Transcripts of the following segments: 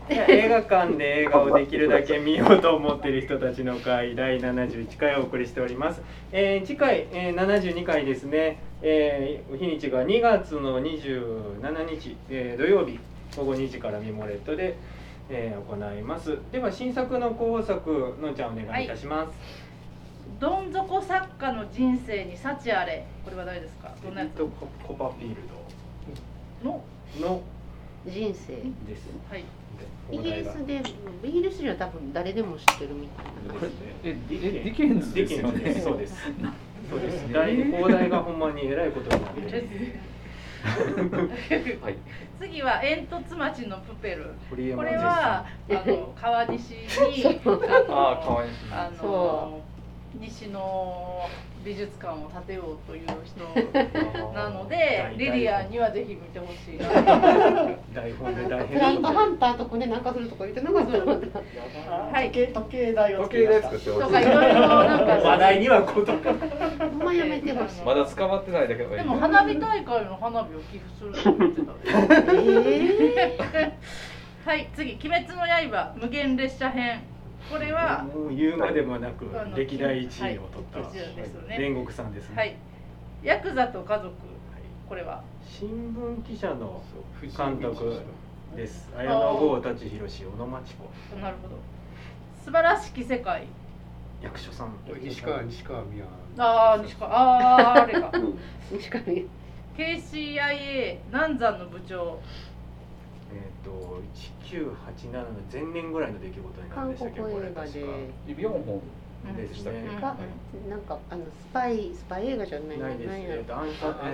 映画館で映画をできるだけ見ようと思っている人たちの会第71回をお送りしております。次回、72回ですね、日にちが2月の27日、土曜日午後2時からミモレットで、行います。では新作の候補作のんちゃんお願いいたします。 どん底作家の人生に幸あれ。これは誰ですか？どんなやつ？ コパフィールドの人生です。 はい。 イギリスでは多分誰でも知ってるみたいな。 ディケンズですよね。 そうです。そうです。放題がほんまにえらいことになってる。 はい、次は煙突町のプペル。これは川西に西の美術館を建てようという人なのでリリアンにはぜひ見てほしいな。 台本で大変。プラントハンターとかね、なんかするとか言ってなかった。 はい。 時計台を作ってました。 とかいろいろなんか話題にはことか。 まやめてます。 まだ捕まってないだけど。 でも花火大会の花火を寄付すると言ってた。はい、次鬼滅の刃無限列車編。これはもう言うまでもなく歴代1位を取った煉獄さんですね。 はい。ヤクザと家族。これは新聞記者の監督です。綾野剛舘ひろし、小野真知子。 なるほど。素晴らしき世界。 役所さん。 西川宮。 あれか。 西川宮。 KCIA 南山の部長。 1987の前年ぐらいの出来事になるんでしたっけ、これ確か。 4本ですね。 なんかスパイ映画じゃないです。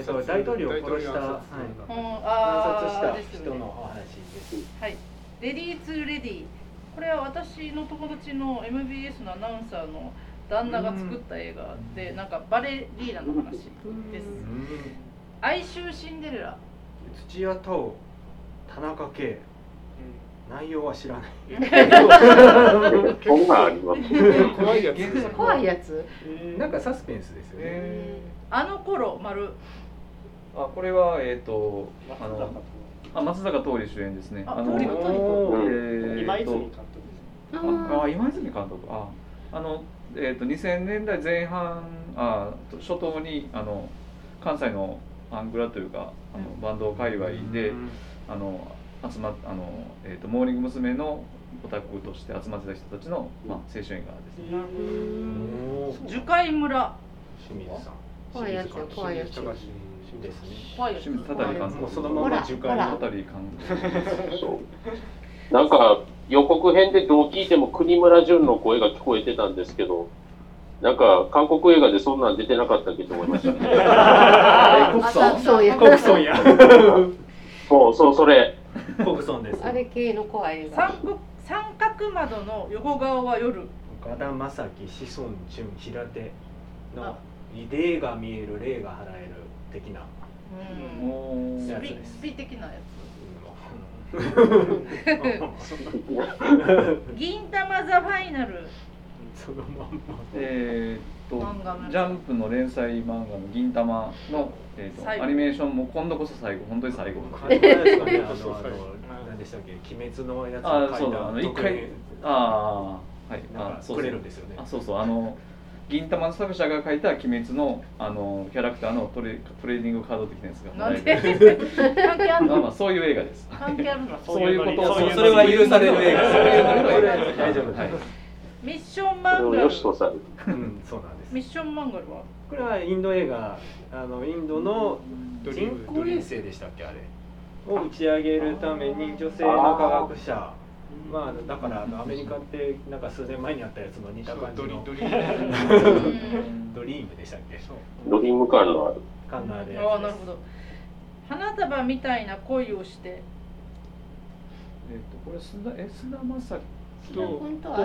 大統領を殺した暗殺した人のお話です。 はい。レディーツーレディー。これは私の友達の MBS のアナウンサーの旦那が作った映画で、なんかバレリーナの話です。哀愁シンデレラ。 土屋太鳳、田中圭。内容は知らない。 そんなんあります。 怖いやつ。 なんかサスペンスですよね。 あの頃丸。 これは松坂桃李主演ですね。 今泉監督。 今泉監督。2000年代前半初頭に関西のアングラというかバンド界隈で集まモーニング娘。のオタクとして集まってた人たちの青春映画ですね。 樹海村。 清水さん。 怖いやつよ、怖いやつ。 ですね。 清水たたり監督。 そのまま樹海たたり監督。 なんか予告編でどう聞いても国村淳の声が聞こえてたんですけど、なんか韓国映画でそんなん出てなかったっけと思いましたね。 国村や。 そうそれ。 国村です。 あれ系の怖い映画。 三角窓の横顔は夜。 岡田将生、志尊淳、平手の霊が見える、霊が払える的なやつです。 スピ的なやつ。銀玉ザファイナル。 そのまんま。ジャンプの連載漫画の銀玉のアニメーションも今度こそ最後、本当に最後。 何でしたっけ、鬼滅のやつを書いた一回くれるんですよね。 銀玉の作者が書いた鬼滅のキャラクターのトレーディングカード的なやつが関係あるの？ そういう映画です。 関係あるの？ そういうことをそれは許される映画。大丈夫。 ミッションマンガル。 そうなんです。 ミッションマンガルはこれはインド映画、インドの人工衛星でしたっけ、あれを打ち上げるために女性の科学者、だからアメリカってなんか数年前にあったやつの似た感じのドリームでしたっけ。 ドリーム感のあるやつです。 なるほど。花束みたいな恋をして。 これ須田将暉と有村さ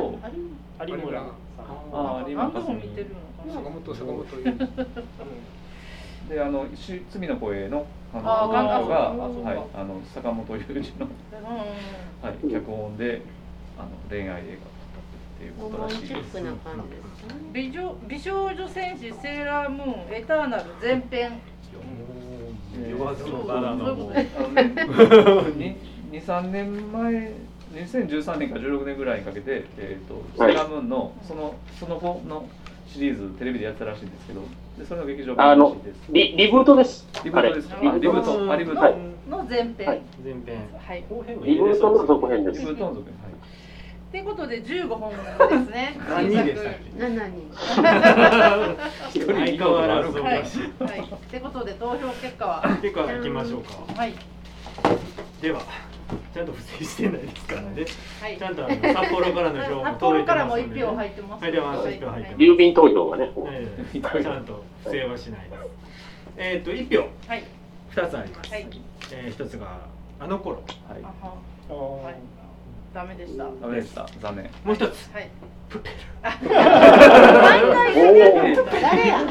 ん。 何度も見てるのかな。 坂本で罪の声の監督が坂本龍二の脚本で恋愛映画を撮ったっていうことらしいです。 美少女戦士セーラームーンエターナル前編。 言わずもがなのも 2、3年前 2013年から16年ぐらいにかけて、セーラームーンのその後のシリーズテレビでやってたらしいんですけど、でそれの劇場版らしいです。 リブートです。 リブートですか？リブート、リブート。 の前編。 はい前編。 はい。 リブートの続編ですリ。ブートの続編。 ということで15本ですね。 何人でしたっけ 7人。 相変わらずおはい。 かしい。 はい。ということで投票結果は、 結果いきましょうか。 はい。 では、ちゃんと不正してないですからね。 はい。 ちゃんと札幌からの票も札幌届いてからも1 ますので。 票入ってます。 入ってます。1票入ってます。 郵便投票がね。 ちゃんと不正はしないです。1票はい。 2つあります。 はい。 1つがあの頃。 はい。 あは。はい。ダメでした。 ダメでした。残念。 もう一つ。 はい。 プペル。 誰や。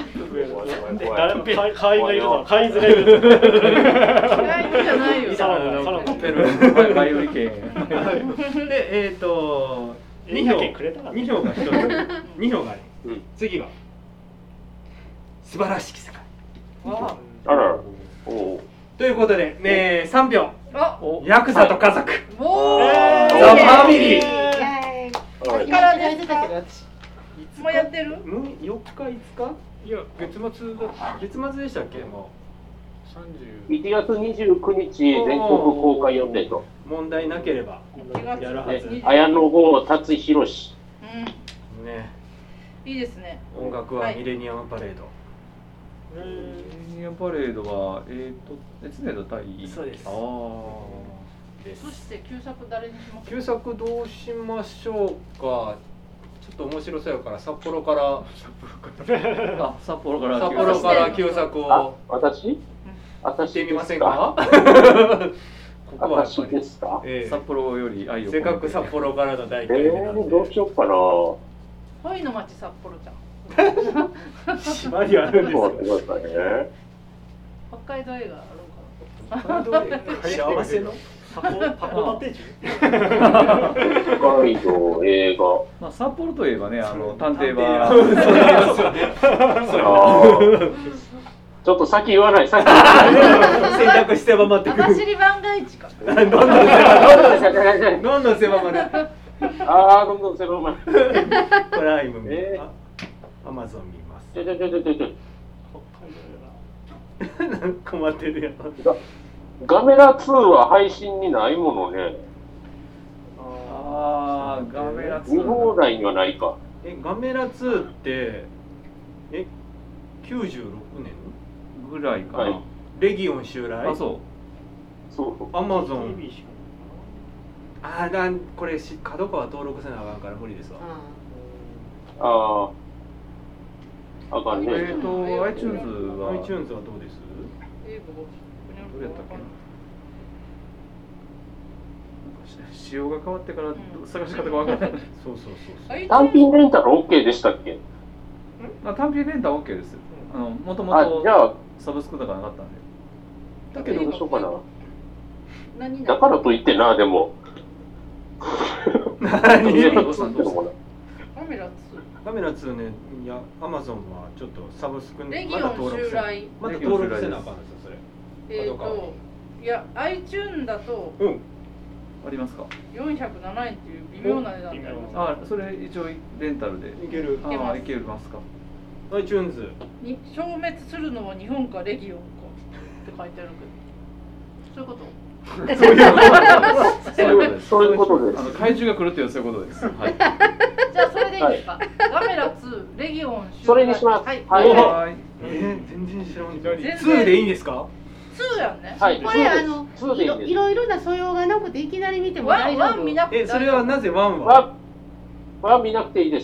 会員がいるぞ。会員がいるぞ。 意外じゃないよ。 サロンプペル。 バイオリ系。 で、2票が1つ。2票がある。次は素晴らしき世界。 わあらら。おお。 ということで、3票。 あ。 ヤクザと家族。 おお。 ザ・ファミリー。 からですか。もうやってる 4日5日？いや月末でしたっけ？もう 1月29日全国公開予定と。 問題なければやるはず。 綾野剛、辰弘氏。 ね。 いいですね。 音楽はミレニアムパレード。 ミレニアムパレードは熱ネタ対。 そうです。 ああ。 そして旧作誰にしますか？ 旧作どうしましょうか。ちょっと面白そうやから札幌から札幌から旧作を私してみませんか？ここはやっぱりですか？ 札幌より愛を。 せっかく札幌からの大会なんで。 どうしようかな。 恋の街札幌じゃん。 島にあるんですよ。 待ってくださいね。 北海道映画あるかな。 幸せの函館北海道映画。 まあ札幌といえばね、探偵は。 ちょっと先言わない。先言わない。 選択してばまってくる。 走り番外地か。 どんどん狭まる。 ああ、どんどん狭まる。 プライム見アマゾン見ます。困ってるやん。 ガメラ2は配信にないものね。 ああ、ガメラ2。 見放題にはないか。 ガメラ2って96年ぐらいかな。 レギオン襲来。 あ、そう。 アマゾン。これ角川登録せなあかんから無理ですわ。 ああ。あかんね。 iTunes は。 iTunes はどうです？ どれやったっけな。仕様が変わってから探し方が分からない。 そう。 単品レンタル OK でしたっけ？ 単品レンタル OK です。もともとサブスクとかなかったんで。 だけどどうしようかな。 何だからといってな、でも。 何？ カメラ2 ね、いや、アマゾンはちょっとサブスクにレギオン襲来。 まだ登録せなあかんですよ、それ。 いや、iTunes だとありますか 407円っていう微妙な値段であります。 あ、それ一応レンタルでいける。 ああ、いけますか。 iTunes に消滅するのは日本かレギオンかって書いてあるけど、そういうこと？ そういうことです。 怪獣が来るっていうそういうことです。はい。 じゃあそれでいいですか？ガメラ2レギオン襲来。 それにします。 はい。 全然知らん。2でいいんですか ？2やんね。 はい。 これいろいろな素養がなくていきなり見ても大丈夫。 見なくて。 それはなぜ1は？ は見なくていいです。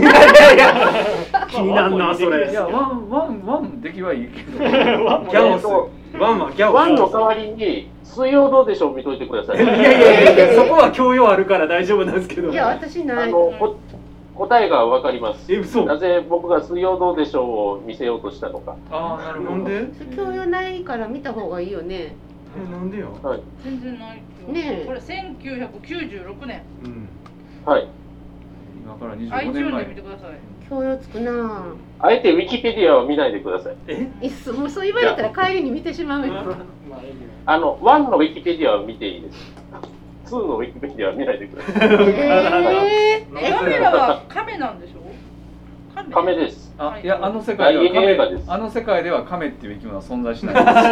気になんなそれ。 いや、ワン出来はいいけど。 ギャオス。ワンはギャオス。 ワンの代わりに水曜どうでしょう見といてください。 いやそこは教養あるから大丈夫なんですけど。 いや私ない。 答えがわかります。 嘘。 なぜ僕が水曜どうでしょうを見せようとしたのか。 ああ、なるほど。 なんで？ 教養ないから見た方がいいよね。 なんでよ。 はい。 全然ない。 ねえ。 これ1996年。 はい。 今から25 iTunes 年前。 で見てください。 教養つくな。 あえてウィキペディアは見ないでください。 もうそう言われたら帰りに見てしまうよ。 ワンのウィキペディアは見ていいです。 2のウィキペディアは見ないでください。 ガメラは亀なんでしょ？ 亀です。 いや、あの世界では映画です。 あの世界では亀っていう生き物は存在しないんです。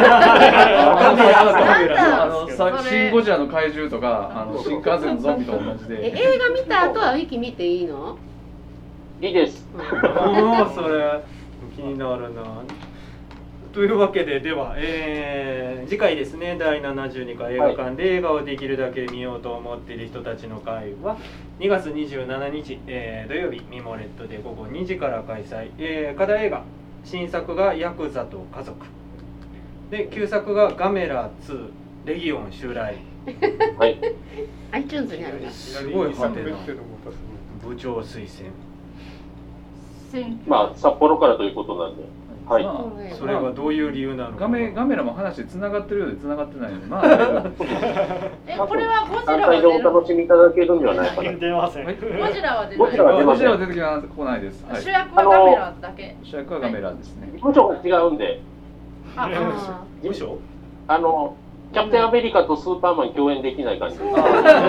シン・ゴジラの怪獣とか、新幹線のゾンビと同じで。 映画見た後はウィキ見ていいの？ いいです。 それ気になるな。というわけで、では、次回ですね、第72回映画館で映画をできるだけ見ようと思っている人たちの会は2月27日、土曜日ミモレットで午後2時から開催、課題映画新作がヤクザと家族で、旧作がガメラ2レギオン襲来。 はい。 iTunes にあるな。 すごいはてな部長推薦。 まあ札幌からということなんで。はい。 それがどういう理由なのか。 ガメラも話つながってるようでつながってないので、まあ。 これはゴジラは関西でお楽しみいただけるんではないかな。 出ません。 ゴジラは出ない。 ゴジラはゴジラは出てこないです。 主役はガメラだけ。 主役はガメラですね。 部署が違うんで。 部署？ キャプテンアメリカとスーパーマン共演できない感じです。 ゴ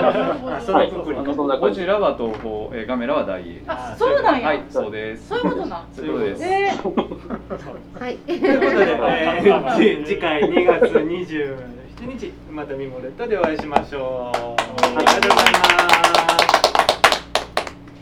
ジラは東宝、ガメラは大英。 あ、そうなんや。 はい、そうです。 そういうことな。 そういうことです。 はい。 ということで、次回2月27日またミモレットでお会いしましょう。ありがとうございます。